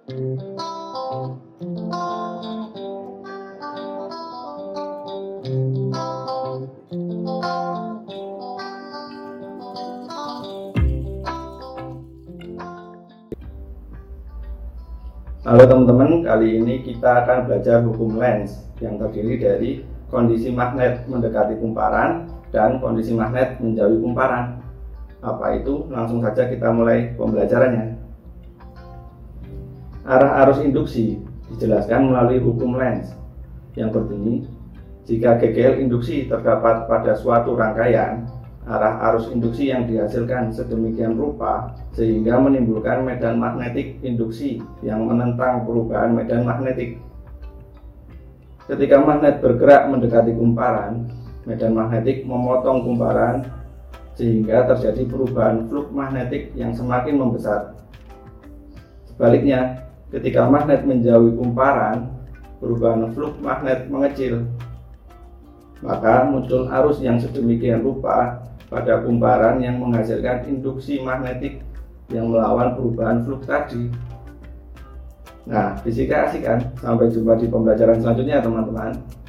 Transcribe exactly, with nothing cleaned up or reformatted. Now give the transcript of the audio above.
Halo teman-teman, kali ini kita akan belajar hukum Lenz yang terdiri dari kondisi magnet mendekati kumparan dan kondisi magnet menjauhi kumparan. Apa itu? Langsung saja kita mulai pembelajarannya. Arah arus induksi dijelaskan melalui hukum Lenz yang berbunyi, jika G G L induksi terdapat pada suatu rangkaian, arah arus induksi yang dihasilkan sedemikian rupa sehingga menimbulkan medan magnetik induksi yang menentang perubahan medan magnetik. Ketika magnet bergerak mendekati kumparan, medan magnetik memotong kumparan sehingga terjadi perubahan flux magnetik yang semakin membesar. Sebaliknya, ketika magnet menjauhi kumparan, perubahan flux magnet mengecil. Maka muncul arus yang sedemikian rupa pada kumparan yang menghasilkan induksi magnetik yang melawan perubahan flux tadi. Nah, fisika asik kan? Sampai jumpa di pembelajaran selanjutnya teman-teman.